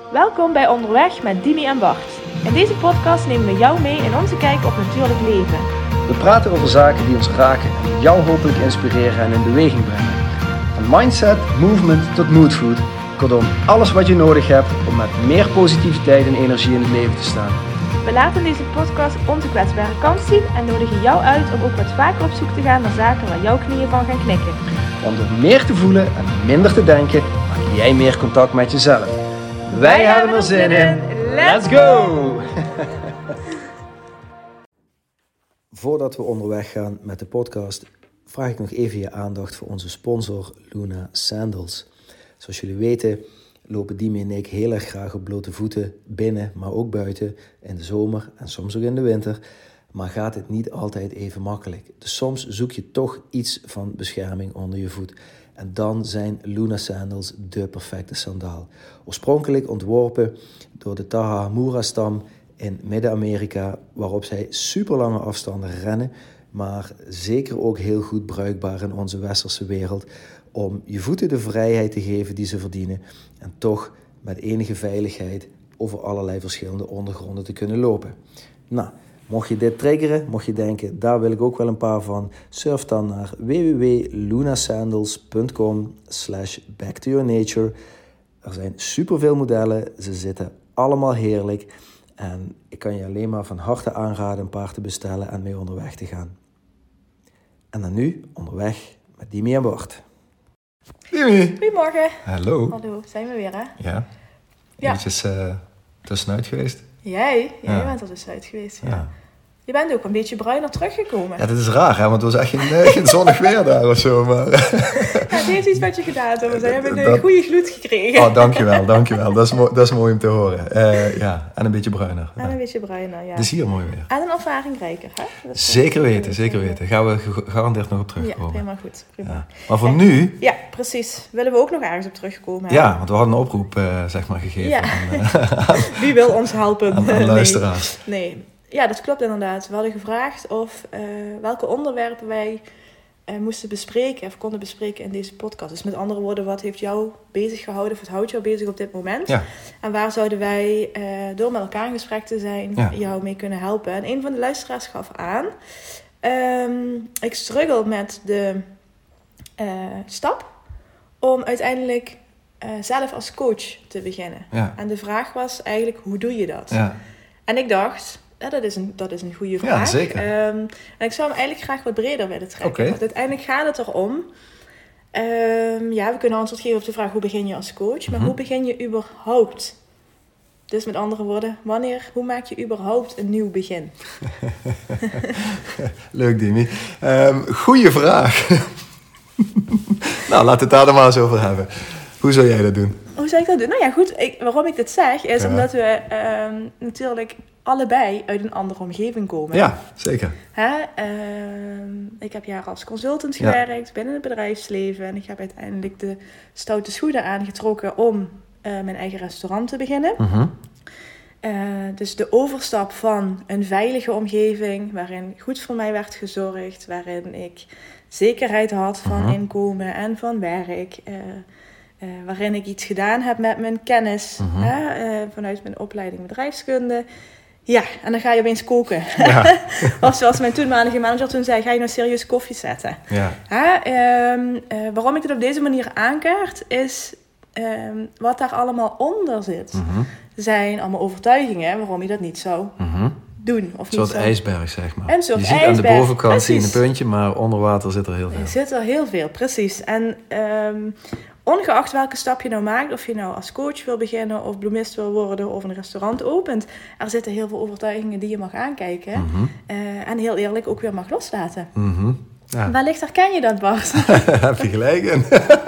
Welkom bij Onderweg met Dimi en Bart. In deze podcast nemen we jou mee in onze kijk op natuurlijk leven. We praten over zaken die ons raken en jou hopelijk inspireren en in beweging brengen. Van mindset, movement tot moodfood. Kortom, alles wat je nodig hebt om met meer positiviteit en energie in het leven te staan. We laten in deze podcast onze kwetsbare kant zien en nodigen jou uit om ook wat vaker op zoek te gaan naar zaken waar jouw knieën van gaan knikken. Om door meer te voelen en minder te denken, maak jij meer contact met jezelf. Wij hebben er zin in. Let's go! Voordat we onderweg gaan met de podcast, vraag ik nog even je aandacht voor onze sponsor Luna Sandals. Zoals jullie weten lopen Dimi en ik heel erg graag op blote voeten binnen, maar ook buiten in de zomer en soms ook in de winter. Maar gaat het niet altijd even makkelijk. Dus soms zoek je toch iets van bescherming onder je voet. En dan zijn Luna Sandals de perfecte sandaal. Oorspronkelijk ontworpen door de Tarahumara-stam in Midden-Amerika, waarop zij super lange afstanden rennen, maar zeker ook heel goed bruikbaar in onze westerse wereld, om je voeten de vrijheid te geven die ze verdienen en toch met enige veiligheid over allerlei verschillende ondergronden te kunnen lopen. Nou, mocht je dit triggeren, mocht je denken, daar wil ik ook wel een paar van, surf dan naar www.lunasandals.com/backtoyournature. Er zijn superveel modellen, ze zitten allemaal heerlijk en ik kan je alleen maar van harte aanraden een paar te bestellen en mee onderweg te gaan. En dan nu onderweg met Dimi en Bart. Dimi. Goedemorgen. Hallo. Hallo, zijn we weer hè? Ja. Eventjes tussenuit geweest. Jij bent er dus uit geweest. Ja. Je bent ook een beetje bruiner teruggekomen. Ja, dat is raar hè, want het was echt geen zonnig weer daar of zo. Maar... Ja, het heeft iets met je gedaan, we hebben een goede gloed gekregen. Oh, dankjewel. Dat is mooi om te horen. En een beetje bruiner. En een beetje bruiner, ja. Het is hier mooi weer. En een ervaringrijker, hè? Zeker weten. Gaan we gegarandeerd nog op terugkomen. Ja, helemaal goed. Prima. Ja. Maar voor nu... Ja, precies. Willen we ook nog ergens op terugkomen? Hè? Ja, want we hadden een oproep gegeven. Ja. Aan, wie wil ons helpen? Aan luisteraars. Nee. Ja, dat klopt inderdaad. We hadden gevraagd of welke onderwerpen wij moesten bespreken of konden bespreken in deze podcast. Dus met andere woorden, wat heeft jou bezig gehouden of wat houdt jou bezig op dit moment? Ja. En waar zouden wij, door met elkaar in gesprek te zijn, jou mee kunnen helpen? En een van de luisteraars gaf aan, ik struggle met de stap om uiteindelijk zelf als coach te beginnen. Ja. En de vraag was eigenlijk, hoe doe je dat? Ja. En ik dacht... Ja, dat is een goede vraag. Ja, zeker. En ik zou hem eigenlijk graag wat breder willen trekken. Okay. Want uiteindelijk gaat het erom... we kunnen antwoord geven op de vraag... hoe begin je als coach? Maar hoe begin je überhaupt? Dus met andere woorden... hoe maak je überhaupt een nieuw begin? Leuk, Dimi. Goeie vraag. Nou, laten we het daar dan maar eens over hebben. Hoe zou jij dat doen? Hoe zou ik dat doen? Nou ja, goed. Waarom ik dit zeg... is omdat we natuurlijk... allebei uit een andere omgeving komen. Ja, zeker. Ik heb jaren als consultant gewerkt binnen het bedrijfsleven. En ik heb uiteindelijk de stoute schoenen aangetrokken om mijn eigen restaurant te beginnen. Dus de overstap van een veilige omgeving waarin goed voor mij werd gezorgd. Waarin ik zekerheid had van inkomen en van werk. Waarin ik iets gedaan heb met mijn kennis. Vanuit mijn opleiding bedrijfskunde. Ja, en dan ga je opeens koken. Ja. Of zoals mijn toenmalige manager toen zei, ga je nou serieus koffie zetten? Ja. Waarom ik het op deze manier aankaart, is wat daar allemaal onder zit. Er zijn allemaal overtuigingen waarom je dat niet zou doen. Of een soort ijsberg, zeg maar. Een soort je ziet ijsberg, aan de bovenkant zie je een puntje, maar onder water zit er heel veel. Er zit er heel veel, precies. En... ongeacht welke stap je nou maakt, of je nou als coach wil beginnen of bloemist wil worden of een restaurant opent, er zitten heel veel overtuigingen die je mag aankijken en heel eerlijk ook weer mag loslaten. Ja. Wellicht herken je dat, Bart. Heb je gelijk in.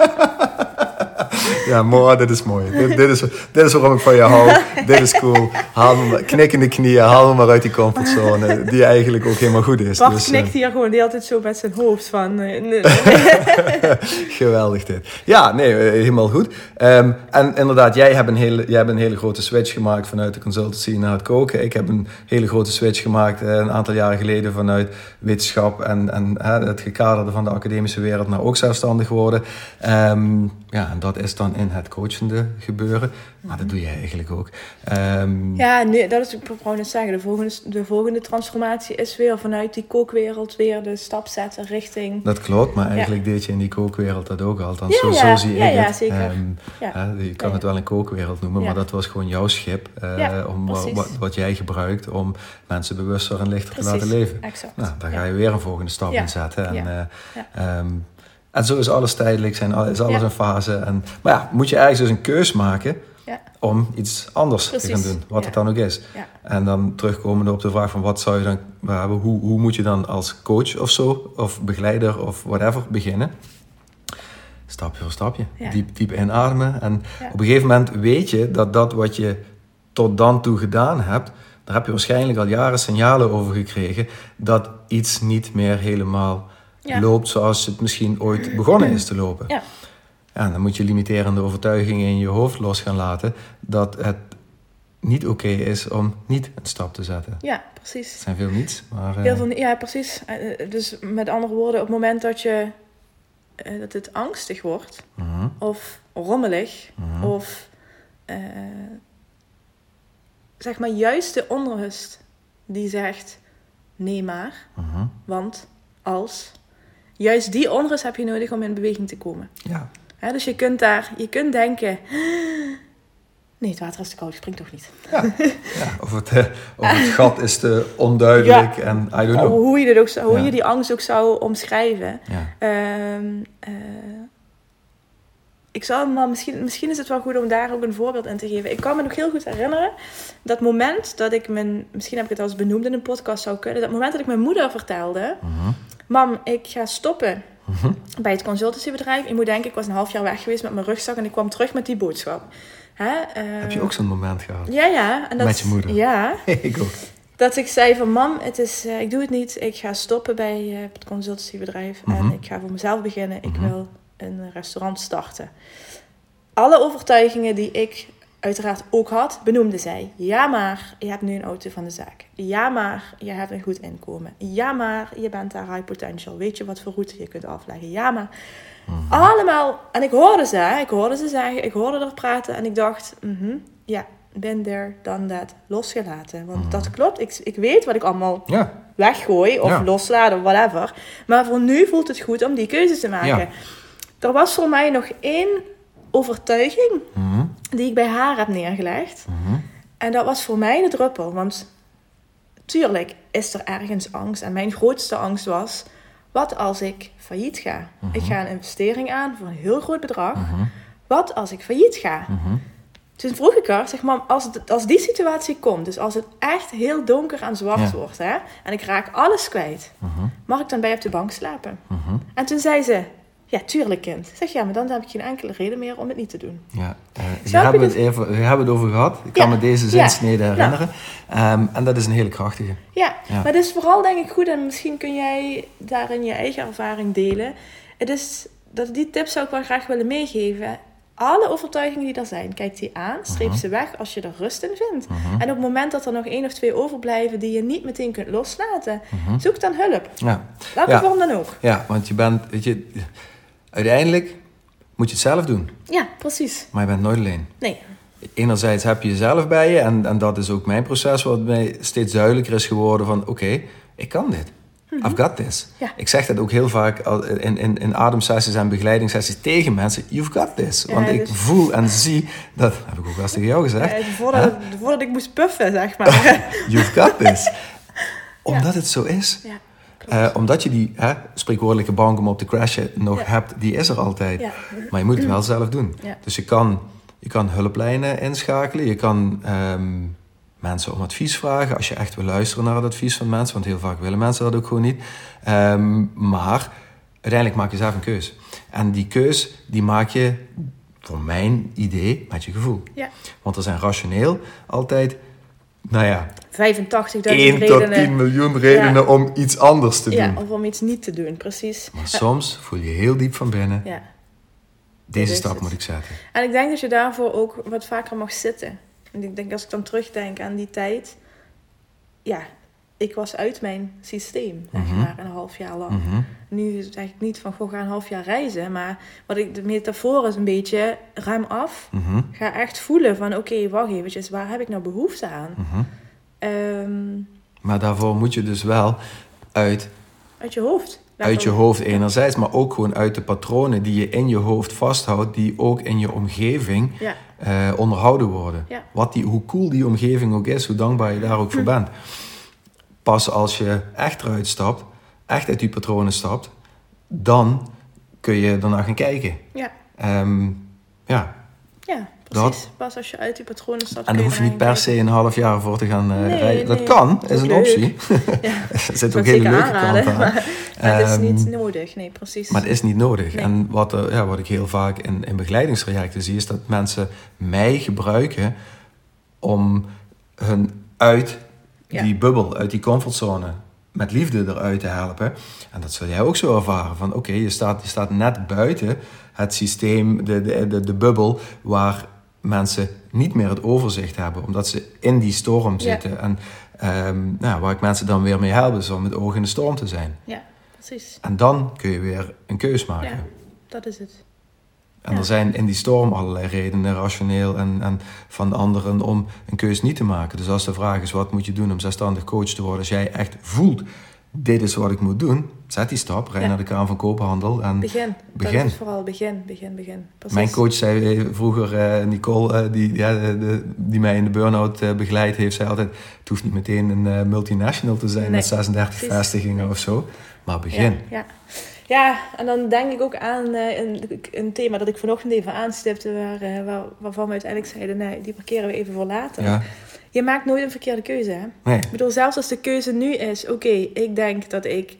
Ja, mooi, dit is mooi. Dit is waarom ik van je hou. Dit is cool. Knikkende knieën, haal me maar uit die comfortzone. Die eigenlijk ook helemaal goed is. Bart knikt hier gewoon de hele tijd zo met zijn hoofd van... Nee. Geweldig dit. Ja, nee, helemaal goed. En inderdaad, jij hebt een hele grote switch gemaakt vanuit de consultancy naar het koken. Ik heb een hele grote switch gemaakt een aantal jaren geleden vanuit wetenschap en het gekaderde van de academische wereld naar ook zelfstandig worden. Ja, en dat is dan in het coachende gebeuren. Maar dat doe jij eigenlijk ook. Ja, nee, dat is, ik wou net zeggen, de volgende transformatie is weer vanuit die kookwereld weer de stap zetten richting... Dat klopt, maar eigenlijk deed je in die kookwereld dat ook al. Ja, zo zie ik het. Ja, zeker. Je kan het wel een kookwereld noemen, maar dat was gewoon jouw schip. Om wat jij gebruikt om mensen bewuster en lichter te laten leven. Exact. Nou, daar ga je weer een volgende stap in zetten. En zo is alles tijdelijk, is alles een fase. Maar moet je ergens dus een keus maken om iets anders te gaan doen. Wat het dan ook is. Ja. En dan terugkomende op de vraag van wat zou je dan hebben. Hoe moet je dan als coach of zo, of begeleider of whatever beginnen? Stapje voor stapje. Ja. Diep inademen. En op een gegeven moment weet je dat wat je tot dan toe gedaan hebt, daar heb je waarschijnlijk al jaren signalen over gekregen dat iets niet meer helemaal loopt zoals het misschien ooit begonnen is te lopen. Ja. Ja, dan moet je limiterende overtuigingen in je hoofd los gaan laten dat het niet oké is om niet een stap te zetten. Ja, precies. Het zijn veel niets, maar... Heel veel, ja, precies. Dus met andere woorden, op het moment dat dat het angstig wordt, of rommelig, of zeg maar juist de onrust die zegt, nee maar, want als... Juist die onrust heb je nodig om in beweging te komen. Ja. Dus je kunt denken... Nee, het water is te koud, spring toch niet. Ja. Of het gat is te onduidelijk en I don't know. Hoe je die angst ook zou omschrijven. Ja. Ik zal maar misschien is het wel goed om daar ook een voorbeeld in te geven. Ik kan me nog heel goed herinneren dat moment dat ik misschien heb ik het al eens benoemd in een podcast zou kunnen. Dat moment dat ik mijn moeder vertelde... Mam, ik ga stoppen bij het consultancybedrijf. Je moet denken, ik was een half jaar weg geweest met mijn rugzak en ik kwam terug met die boodschap. Heb je ook zo'n moment gehad? Ja. En met je moeder? Ja. Ik ook. Dat ik zei van, mam, ik doe het niet. Ik ga stoppen bij het consultancybedrijf en ik ga voor mezelf beginnen. Ik wil een restaurant starten. Alle overtuigingen die ik uiteraard ook had, benoemde zij. Ja, maar je hebt nu een auto van de zaak. Ja, maar je hebt een goed inkomen. Ja, maar je bent daar high potential. Weet je wat voor route je kunt afleggen? Ja, maar allemaal. En ik hoorde ze zeggen, ik hoorde er praten en ik dacht, been there, done that, losgelaten. Want dat klopt, ik weet wat ik allemaal weggooi of loslaat of whatever. Maar voor nu voelt het goed om die keuze te maken. Ja. Er was voor mij nog één overtuiging die ik bij haar heb neergelegd. En dat was voor mij de druppel. Want tuurlijk is er ergens angst. En mijn grootste angst was, wat als ik failliet ga? Ik ga een investering aan voor een heel groot bedrag. Wat als ik failliet ga? Toen vroeg ik haar, zeg maar, als die situatie komt, dus als het echt heel donker en zwart wordt, hè, en ik raak alles kwijt, mag ik dan bij je op de bank slapen? En toen zei ze, ja, tuurlijk kind. Ik zeg, ja, maar dan heb ik geen enkele reden meer om het niet te doen. Ja, we hebben het over gehad. Ik kan me deze zinsnede herinneren. En dat is een hele krachtige. Ja, maar het is vooral denk ik goed, en misschien kun jij daarin je eigen ervaring delen. Die tips zou ik wel graag willen meegeven. Alle overtuigingen die er zijn, kijk die aan, streep ze weg als je er rust in vindt. En op het moment dat er nog 1 of 2 overblijven die je niet meteen kunt loslaten, zoek dan hulp. Ja. Welke vorm dan ook. Ja, want uiteindelijk moet je het zelf doen. Ja, precies. Maar je bent nooit alleen. Nee. Enerzijds heb je jezelf bij je en dat is ook mijn proces wat mij steeds duidelijker is geworden van oké, ik kan dit. I've got this. Ja. Ik zeg dat ook heel vaak in ademsessies en begeleidingssessies tegen mensen. You've got this. Want ik voel en zie, dat heb ik ook wel eens tegen jou gezegd. Voordat ik moest puffen, zeg maar. You've got this. Omdat het zo is. Ja. Omdat je die spreekwoordelijke bank om op te crashen nog hebt, die is er altijd. Ja. Maar je moet het wel zelf doen. Ja. Dus je kan hulplijnen inschakelen. Je kan mensen om advies vragen. Als je echt wil luisteren naar het advies van mensen. Want heel vaak willen mensen dat ook gewoon niet. Maar uiteindelijk maak je zelf een keus. En die keus die maak je, voor mijn idee, met je gevoel. Ja. Want er zijn rationeel altijd... 85.000 redenen. 1 tot 10 miljoen redenen om iets anders te doen. Ja, of om iets niet te doen, precies. Maar soms voel je heel diep van binnen... Deze stap moet ik zetten. En ik denk dat je daarvoor ook wat vaker mag zitten. En ik denk, als ik dan terugdenk aan die tijd... Ja, ik was uit mijn systeem, zeg maar, een half jaar lang. Nu zeg ik niet van, ga een half jaar reizen. Maar de metafoor is een beetje, ruim af. Ga echt voelen van, oké, wacht eventjes, waar heb ik nou behoefte aan? Maar daarvoor moet je dus wel uit je hoofd. Uit je hoofd enerzijds, maar ook gewoon uit de patronen die je in je hoofd vasthoudt, die ook in je omgeving onderhouden worden. Ja. Hoe cool die omgeving ook is, hoe dankbaar je daar ook voor bent. Pas als je echt eruit stapt, echt uit die patronen stapt, dan kun je daarna gaan kijken. Ja. Ja, precies. Pas als je uit die patronen stapt. En daar hoef je niet per se een half jaar voor te gaan rijden. Dat is een leuk. Optie. Er zit ook hele leuke kanten aan. Maar het is niet nodig. Nee, precies. Maar het is niet nodig. Nee. En wat ik heel vaak in begeleidingstrajecten zie, is dat mensen mij gebruiken om hun uit die bubbel, uit die comfortzone, met liefde eruit te helpen. En dat zul jij ook zo ervaren. Van oké, je staat net buiten het systeem, de bubbel, waar mensen niet meer het overzicht hebben, omdat ze in die storm zitten. En waar ik mensen dan weer mee help, is om met ogen in de storm te zijn. Ja, precies. En dan kun je weer een keus maken. Ja, dat is het. En er zijn in die storm allerlei redenen, rationeel en van de anderen, om een keus niet te maken. Dus als de vraag is, wat moet je doen om zelfstandig coach te worden? Als jij echt voelt, dit is wat ik moet doen, zet die stap, rij naar de Kamer van Koophandel en begin. Dat is vooral begin. Precies. Mijn coach zei vroeger, Nicole, die mij in de burn-out begeleid heeft, zei altijd, het hoeft niet meteen een multinational te zijn met 36 vestigingen of zo, maar begin. Ja, en dan denk ik ook aan een thema dat ik vanochtend even aanstipte, waarvan we uiteindelijk zeiden, nee, die parkeren we even voor later. Ja. Je maakt nooit een verkeerde keuze, hè? Nee. Ik bedoel, zelfs als de keuze nu is, oké, ik denk dat ik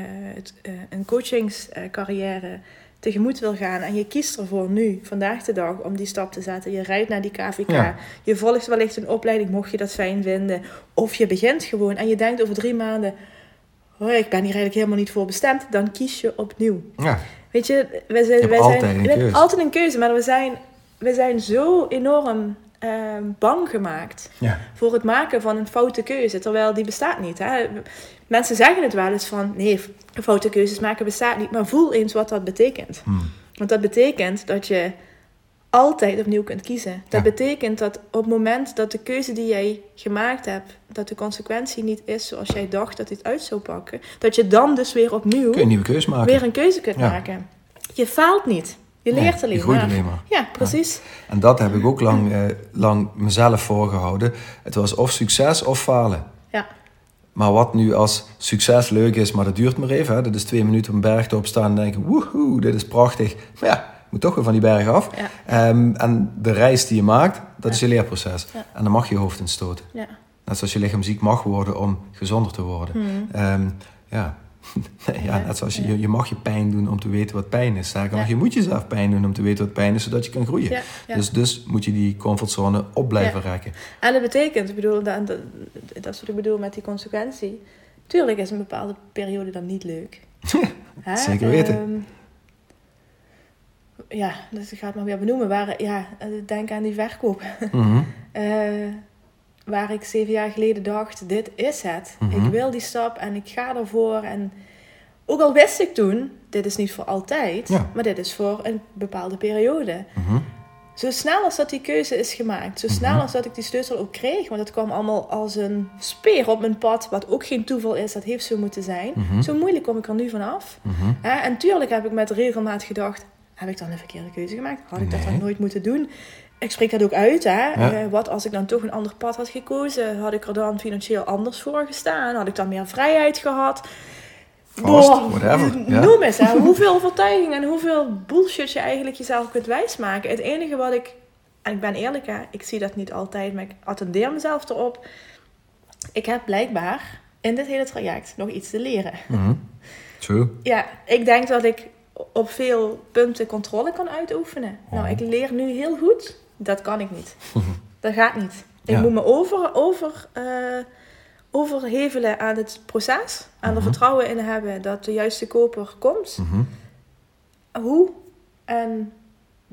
een coachingscarrière tegemoet wil gaan en je kiest ervoor nu, vandaag de dag, om die stap te zetten. Je rijdt naar die KVK, je volgt wellicht een opleiding, mocht je dat fijn vinden, of je begint gewoon en je denkt over 3 maanden, ik ben hier eigenlijk helemaal niet voor bestemd, dan kies je opnieuw. Ja. Weet je, we hebben altijd een keuze, maar we zijn zo enorm bang gemaakt voor het maken van een foute keuze, terwijl die bestaat niet. Hè? Mensen zeggen het wel eens van, nee, foute keuzes maken bestaat niet, maar voel eens wat dat betekent. Want dat betekent dat je altijd opnieuw kunt kiezen. Dat betekent dat op het moment dat de keuze die jij gemaakt hebt, dat de consequentie niet is zoals jij dacht dat dit uit zou pakken, dat je dan dus weer opnieuw een nieuwe keuze maken. Weer een keuze kunt maken. Je faalt niet. Je leert alleen maar. Je groeit alleen maar. Ja, precies. Ja. En dat heb ik ook lang mezelf voorgehouden. Het was of succes of falen. Ja. Maar wat nu als succes leuk is, maar dat duurt maar even. Hè? Dat is 2 minuten op een bergtop staan en denken, woehoe, dit is prachtig. Maar ja, moet toch weer van die berg af. Ja. En de reis die je maakt, dat is je leerproces. Ja. En dan mag je hoofd in stoten. Ja. Net zoals je lichaam ziek mag worden om gezonder te worden. Net zoals je mag je pijn doen om te weten wat pijn is. Je moet jezelf pijn doen om te weten wat pijn is, zodat je kan groeien. Ja, ja. Dus moet je die comfortzone op blijven rekken. En dat betekent, ik bedoel, dat is wat ik bedoel met die consequentie. Tuurlijk is een bepaalde periode dan niet leuk. Zeker weten. Dus ik ga het maar weer benoemen. Denk aan die verkoop. Waar ik 7 jaar geleden dacht, dit is het. Ik wil die stap en ik ga ervoor. En ook al wist ik toen, dit is niet voor altijd, maar dit is voor een bepaalde periode. Zo snel als dat die keuze is gemaakt, zo snel als dat ik die sleutel ook kreeg, want het kwam allemaal als een speer op mijn pad, wat ook geen toeval is, dat heeft zo moeten zijn. Zo moeilijk kom ik er nu vanaf. En tuurlijk heb ik met regelmaat gedacht, heb ik dan een verkeerde keuze gemaakt? Had ik dat dan nooit moeten doen? Ik spreek dat ook uit, hè. Ja. Wat als ik dan toch een ander pad had gekozen? Had ik er dan financieel anders voor gestaan? Had ik dan meer vrijheid gehad? Noem eens, hè. Hoeveel overtuiging en hoeveel bullshit je eigenlijk jezelf kunt wijsmaken. Het enige wat en ik ben eerlijk, hè, ik zie dat niet altijd, maar ik attendeer mezelf erop. Ik heb blijkbaar in dit hele traject nog iets te leren. True. Ja, ik denk dat ik op veel punten controle kan uitoefenen. Nou, ik leer nu heel goed. Dat kan ik niet. Dat gaat niet. Ik moet me overhevelen aan het proces. Aan er vertrouwen in hebben dat de juiste koper komt. Hoe en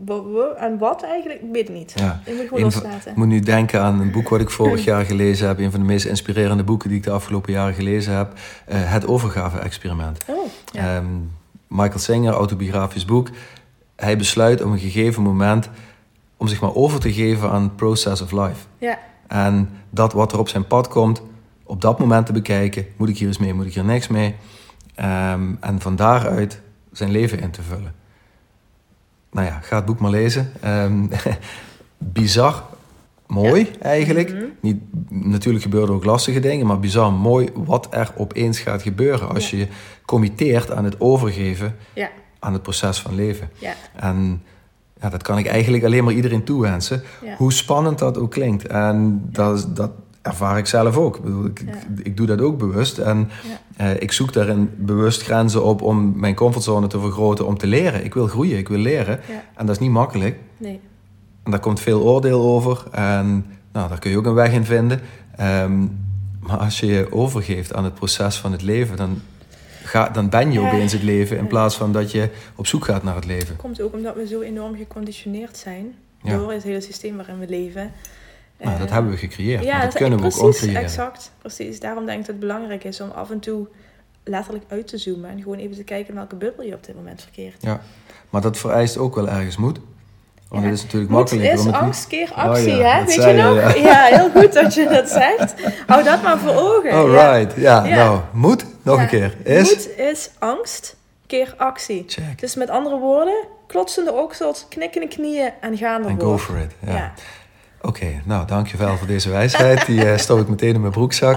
En wat eigenlijk? Ik weet het niet. Ja. Ik moet gewoon loslaten. Ik moet nu denken aan een boek wat ik vorig jaar gelezen heb. Een van de meest inspirerende boeken die ik de afgelopen jaren gelezen heb. Het overgave-experiment. Oh, ja. Michael Singer, autobiografisch boek. Hij besluit op een gegeven moment om zich maar over te geven aan het process of life. Ja. En dat wat er op zijn pad komt, op dat moment te bekijken. Moet ik hier eens mee, moet ik hier niks mee? En van daaruit zijn leven in te vullen. Nou ja, ga het boek maar lezen. Bizar mooi eigenlijk. Mm-hmm. Niet, natuurlijk gebeuren ook lastige dingen, maar bizar mooi wat er opeens gaat gebeuren als je je committeert aan het overgeven aan het proces van leven. Ja. En ja, dat kan ik eigenlijk alleen maar iedereen toewensen, hoe spannend dat ook klinkt. En dat ervaar ik zelf ook. Ik doe dat ook bewust. En ik zoek daarin bewust grenzen op om mijn comfortzone te vergroten, om te leren. Ik wil groeien, ik wil leren. Ja. En dat is niet makkelijk. Nee. En daar komt veel oordeel over. En daar kun je ook een weg in vinden. Maar als je je overgeeft aan het proces van het leven, dan ben je opeens het leven in plaats van dat je op zoek gaat naar het leven. Dat komt ook omdat we zo enorm geconditioneerd zijn door het hele systeem waarin we leven. Nou, dat hebben we gecreëerd, maar dat kunnen we ook omcreëren. Exact, precies. Daarom denk ik dat het belangrijk is om af en toe letterlijk uit te zoomen en gewoon even te kijken in welke bubbel je op dit moment verkeert. Ja, maar dat vereist ook wel ergens moed. Want het is natuurlijk moed makkelijk. Moed is angst keer actie, hè? Weet je nog? Ja, heel goed dat je dat zegt. Hou dat maar voor ogen. Alright, nou, moed, nog een keer. Moed is angst keer actie. Check. Dus met andere woorden, klotsende oksels, knikkende knieën en gaan ervoor. En go for it, ja. Oké, nou, dankjewel voor deze wijsheid. Die stop ik meteen in mijn broekzak.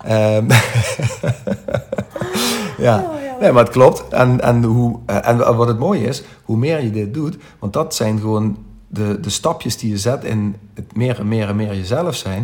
Nee, maar het klopt. En wat het mooie is, hoe meer je dit doet, want dat zijn gewoon de stapjes die je zet in het meer en meer en meer jezelf zijn,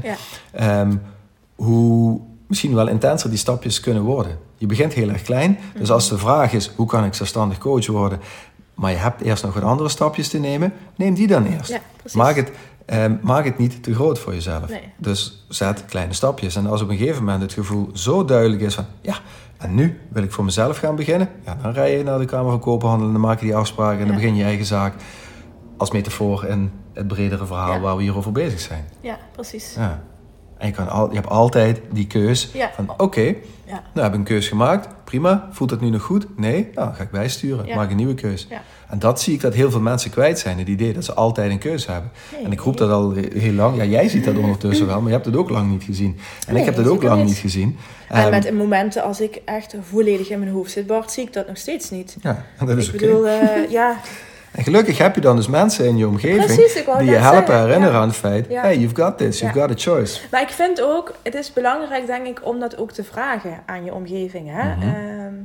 hoe misschien wel intenser die stapjes kunnen worden. Je begint heel erg klein, dus als de vraag is, hoe kan ik zelfstandig coach worden, maar je hebt eerst nog wat andere stapjes te nemen, neem die dan eerst. Ja, maak het niet te groot voor jezelf. Nee. Dus zet kleine stapjes. En als op een gegeven moment het gevoel zo duidelijk is van, en nu wil ik voor mezelf gaan beginnen, dan rij je naar de Kamer van Koophandel en dan maak je die afspraken en dan begin je eigen zaak als metafoor in het bredere verhaal waar we hierover bezig zijn. Ja, precies. Ja. En je hebt altijd die keus van oké, nou heb ik een keus gemaakt, prima, voelt het nu nog goed? Nee, nou ga ik bijsturen, maak een nieuwe keus. Ja. En dat zie ik dat heel veel mensen kwijt zijn, het idee dat ze altijd een keus hebben. Nee, en ik roep dat al heel lang, jij ziet dat ondertussen wel, maar je hebt het ook lang niet gezien. En ik heb dat ook lang niet gezien. En met momenten als ik echt volledig in mijn hoofd zit, Bart, zie ik dat nog steeds niet. Ja, dat is oké. En gelukkig heb je dan dus mensen in je omgeving die je helpen herinneren aan het feit, hey, you've got this, you've got a choice. Maar ik vind ook, het is belangrijk denk ik om dat ook te vragen aan je omgeving. Hè? Mm-hmm.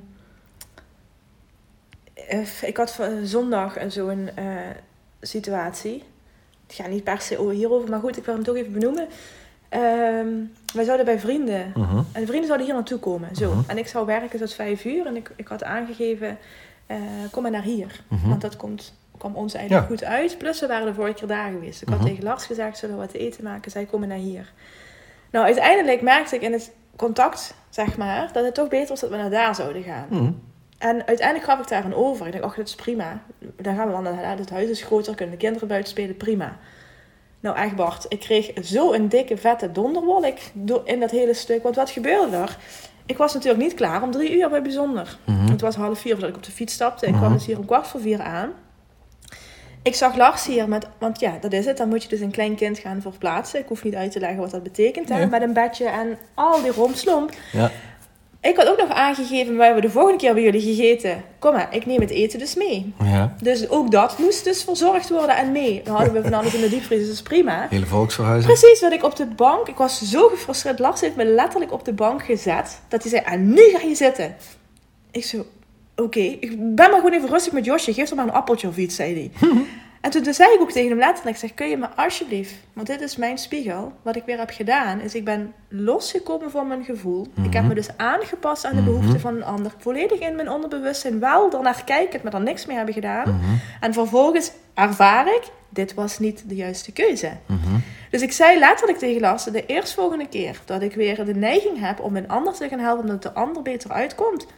Ik had zondag zo'n situatie. Het gaat niet per se hierover, maar goed, ik wil hem toch even benoemen. Wij zouden bij vrienden, en de vrienden zouden hier naartoe komen. Zo. En ik zou werken tot 5:00 en ik had aangegeven, kom maar naar hier. Want dat kwam ons eigenlijk goed uit. Plus we waren de vorige keer daar geweest. Ik had tegen Lars gezegd, zullen we wat te eten maken? Zij komen naar hier. Nou, uiteindelijk merkte ik in het contact, zeg maar, dat het toch beter was dat we naar daar zouden gaan. En uiteindelijk gaf ik daar aan over. Ik dacht, dat is prima. Dan gaan we dan naar het huis is groter, kunnen de kinderen buiten spelen, prima. Nou echt Bart, ik kreeg zo een dikke vette donderwolk in dat hele stuk. Want wat gebeurde er? Ik was natuurlijk niet klaar om 3:00 bij Bijzonder. Het was 3:30 voordat ik op de fiets stapte. Ik kwam dus hier om 3:15 aan. Ik zag Lars hier want dat is het. Dan moet je dus een klein kind gaan verplaatsen. Ik hoef niet uit te leggen wat dat betekent. Hè? Met een bedje en al die romslomp. Ja. Ik had ook nog aangegeven, wij hebben de volgende keer bij jullie gegeten. Kom maar, ik neem het eten dus mee. Ja. Dus ook dat moest dus verzorgd worden en mee. Dan hadden we van alles in de diepvries, dus dat is prima. Hele volksverhuizing. Precies, dat ik op de bank, ik was zo gefrustreerd. Lars heeft me letterlijk op de bank gezet. Dat hij zei, en nu ga je zitten. Ik zo, oké, ik ben maar gewoon even rustig met Josje. Geef er maar een appeltje of iets, zei hij. En toen zei ik ook tegen hem letterlijk, ik zeg, kun je me alsjeblieft, want dit is mijn spiegel, wat ik weer heb gedaan, is ik ben losgekomen van mijn gevoel. Ik heb me dus aangepast aan de behoeften van een ander. Volledig in mijn onderbewustzijn wel ernaar kijken, maar er niks mee hebben gedaan. En vervolgens ervaar ik, dit was niet de juiste keuze. Dus ik zei letterlijk tegen Lars, de eerstvolgende keer dat ik weer de neiging heb om een ander te gaan helpen, omdat de ander beter uitkomt,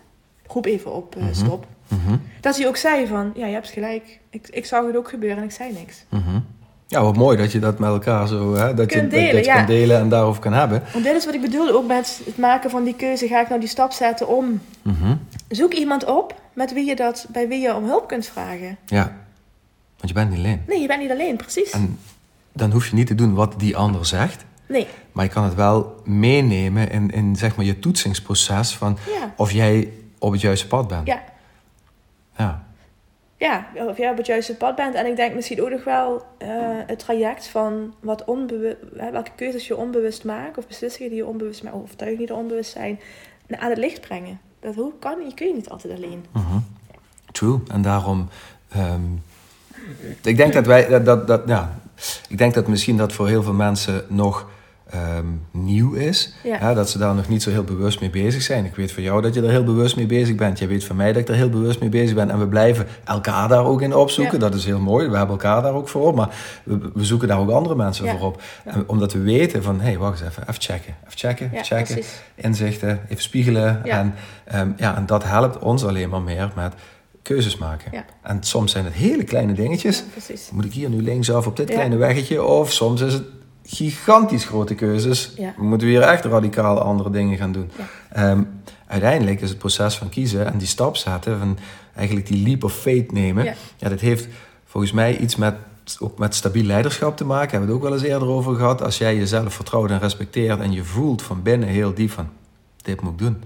roep even op, stop. Dat hij ook zei van, ja, je hebt gelijk. Ik zag het ook gebeuren en ik zei niks. Ja, wat mooi dat je dat met elkaar zo... Hè, dat kunt je delen, kan delen en daarover kan hebben. Want dit is wat ik bedoelde ook met het maken van die keuze. Ga ik nou die stap zetten om... Zoek iemand op bij wie je om hulp kunt vragen. Ja, want je bent niet alleen. Nee, je bent niet alleen, precies. En dan hoef je niet te doen wat die ander zegt. Nee. Maar je kan het wel meenemen in zeg maar je toetsingsproces van of jij op het juiste pad bent. Ja. Ja, of jij op het juiste pad bent. En ik denk misschien ook nog wel het traject van welke keuzes je onbewust maakt, of beslissingen die je onbewust maakt, of overtuigingen die er onbewust zijn, aan het licht brengen. Dat kun je niet altijd alleen. True. En daarom... ik denk ik denk dat misschien dat voor heel veel mensen nog nieuw is. Ja. Hè, dat ze daar nog niet zo heel bewust mee bezig zijn. Ik weet van jou dat je er heel bewust mee bezig bent. Jij weet van mij dat ik er heel bewust mee bezig ben. En we blijven elkaar daar ook in opzoeken. Ja. Dat is heel mooi. We hebben elkaar daar ook voor op. Maar we zoeken daar ook andere mensen voor op. Ja. Omdat we weten van, wacht eens even checken. Precies. Inzichten, even spiegelen. Ja. En dat helpt ons alleen maar meer met keuzes maken. Ja. En soms zijn het hele kleine dingetjes. Ja, moet ik hier nu linksaf op dit kleine weggetje? Of soms is het gigantisch grote keuzes. Ja. We moeten weer echt radicaal andere dingen gaan doen. Ja. Uiteindelijk is het proces van kiezen en die stap zetten, van eigenlijk die leap of faith nemen. Ja, dat heeft volgens mij iets ook met stabiel leiderschap te maken. Hebben we het ook wel eens eerder over gehad. Als jij jezelf vertrouwt en respecteert en je voelt van binnen heel diep van, dit moet ik doen.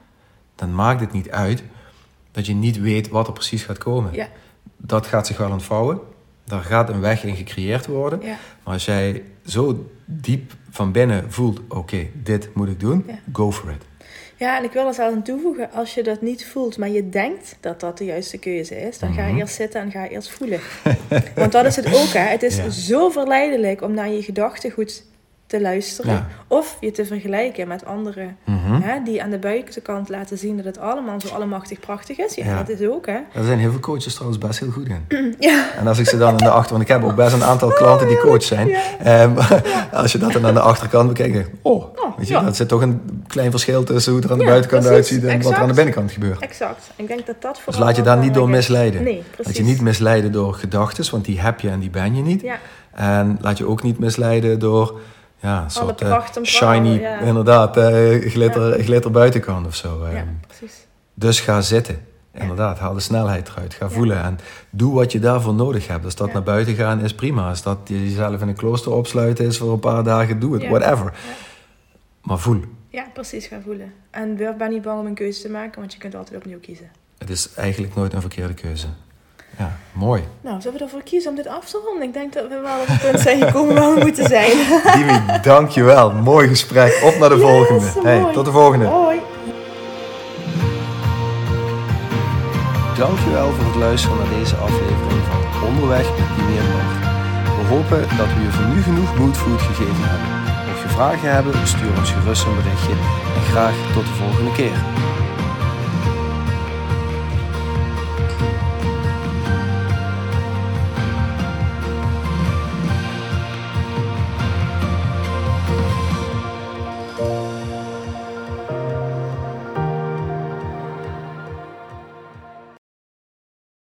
Dan maakt het niet uit dat je niet weet wat er precies gaat komen. Ja. Dat gaat zich wel ontvouwen. Daar gaat een weg in gecreëerd worden. Ja. Maar als jij zo diep van binnen voelt, oké, dit moet ik doen, go for it. Ja, en ik wil er zelfs aan toevoegen, als je dat niet voelt, maar je denkt dat dat de juiste keuze is, dan ga je eerst zitten en ga je eerst voelen. Want dat is het ook, hè. Het is zo verleidelijk om naar je gedachtegoed te luisteren. Ja. Of je te vergelijken met anderen. Die aan de buitenkant laten zien dat het allemaal zo allemachtig prachtig is. Ja, dat is ook, hè. Daar zijn heel veel coaches trouwens best heel goed in. En als ik ze dan aan de achter... Want ik heb ook best een aantal klanten die coach zijn. Als je dat dan aan de achterkant bekijkt... weet je, dat zit toch een klein verschil tussen hoe het er aan de buitenkant uitziet... en wat er aan de binnenkant gebeurt. Exact. Ik denk dat dus laat je daar niet door misleiden. Nee, precies. Laat je niet misleiden door gedachtes, want die heb je en die ben je niet. Ja. En laat je ook niet misleiden door... Ja, een soort shiny, inderdaad, glitter buitenkant of zo. Ja, precies. Dus ga zitten. Inderdaad, haal de snelheid eruit. Ga voelen en doe wat je daarvoor nodig hebt. Als dat naar buiten gaan is prima. Als dat jezelf in een klooster opsluiten is voor een paar dagen, doe het. Whatever. Ja. Maar voel. Ja, precies. Ga voelen. En ben niet bang om een keuze te maken, want je kunt altijd opnieuw kiezen. Het is eigenlijk nooit een verkeerde keuze. Ja, mooi. Nou, zullen we ervoor kiezen om dit af te ronden? Ik denk dat we wel op het punt zijn gekomen waar we moeten zijn. Dimi, dankjewel. Mooi gesprek. Op naar de volgende. Hey, tot de volgende. Hoi. Dankjewel voor het luisteren naar deze aflevering van Onderweg met Dimi en Bart. We hopen dat we je voor nu genoeg moodfood gegeven hebben. Mocht je vragen hebben, stuur ons gerust een berichtje. En graag tot de volgende keer.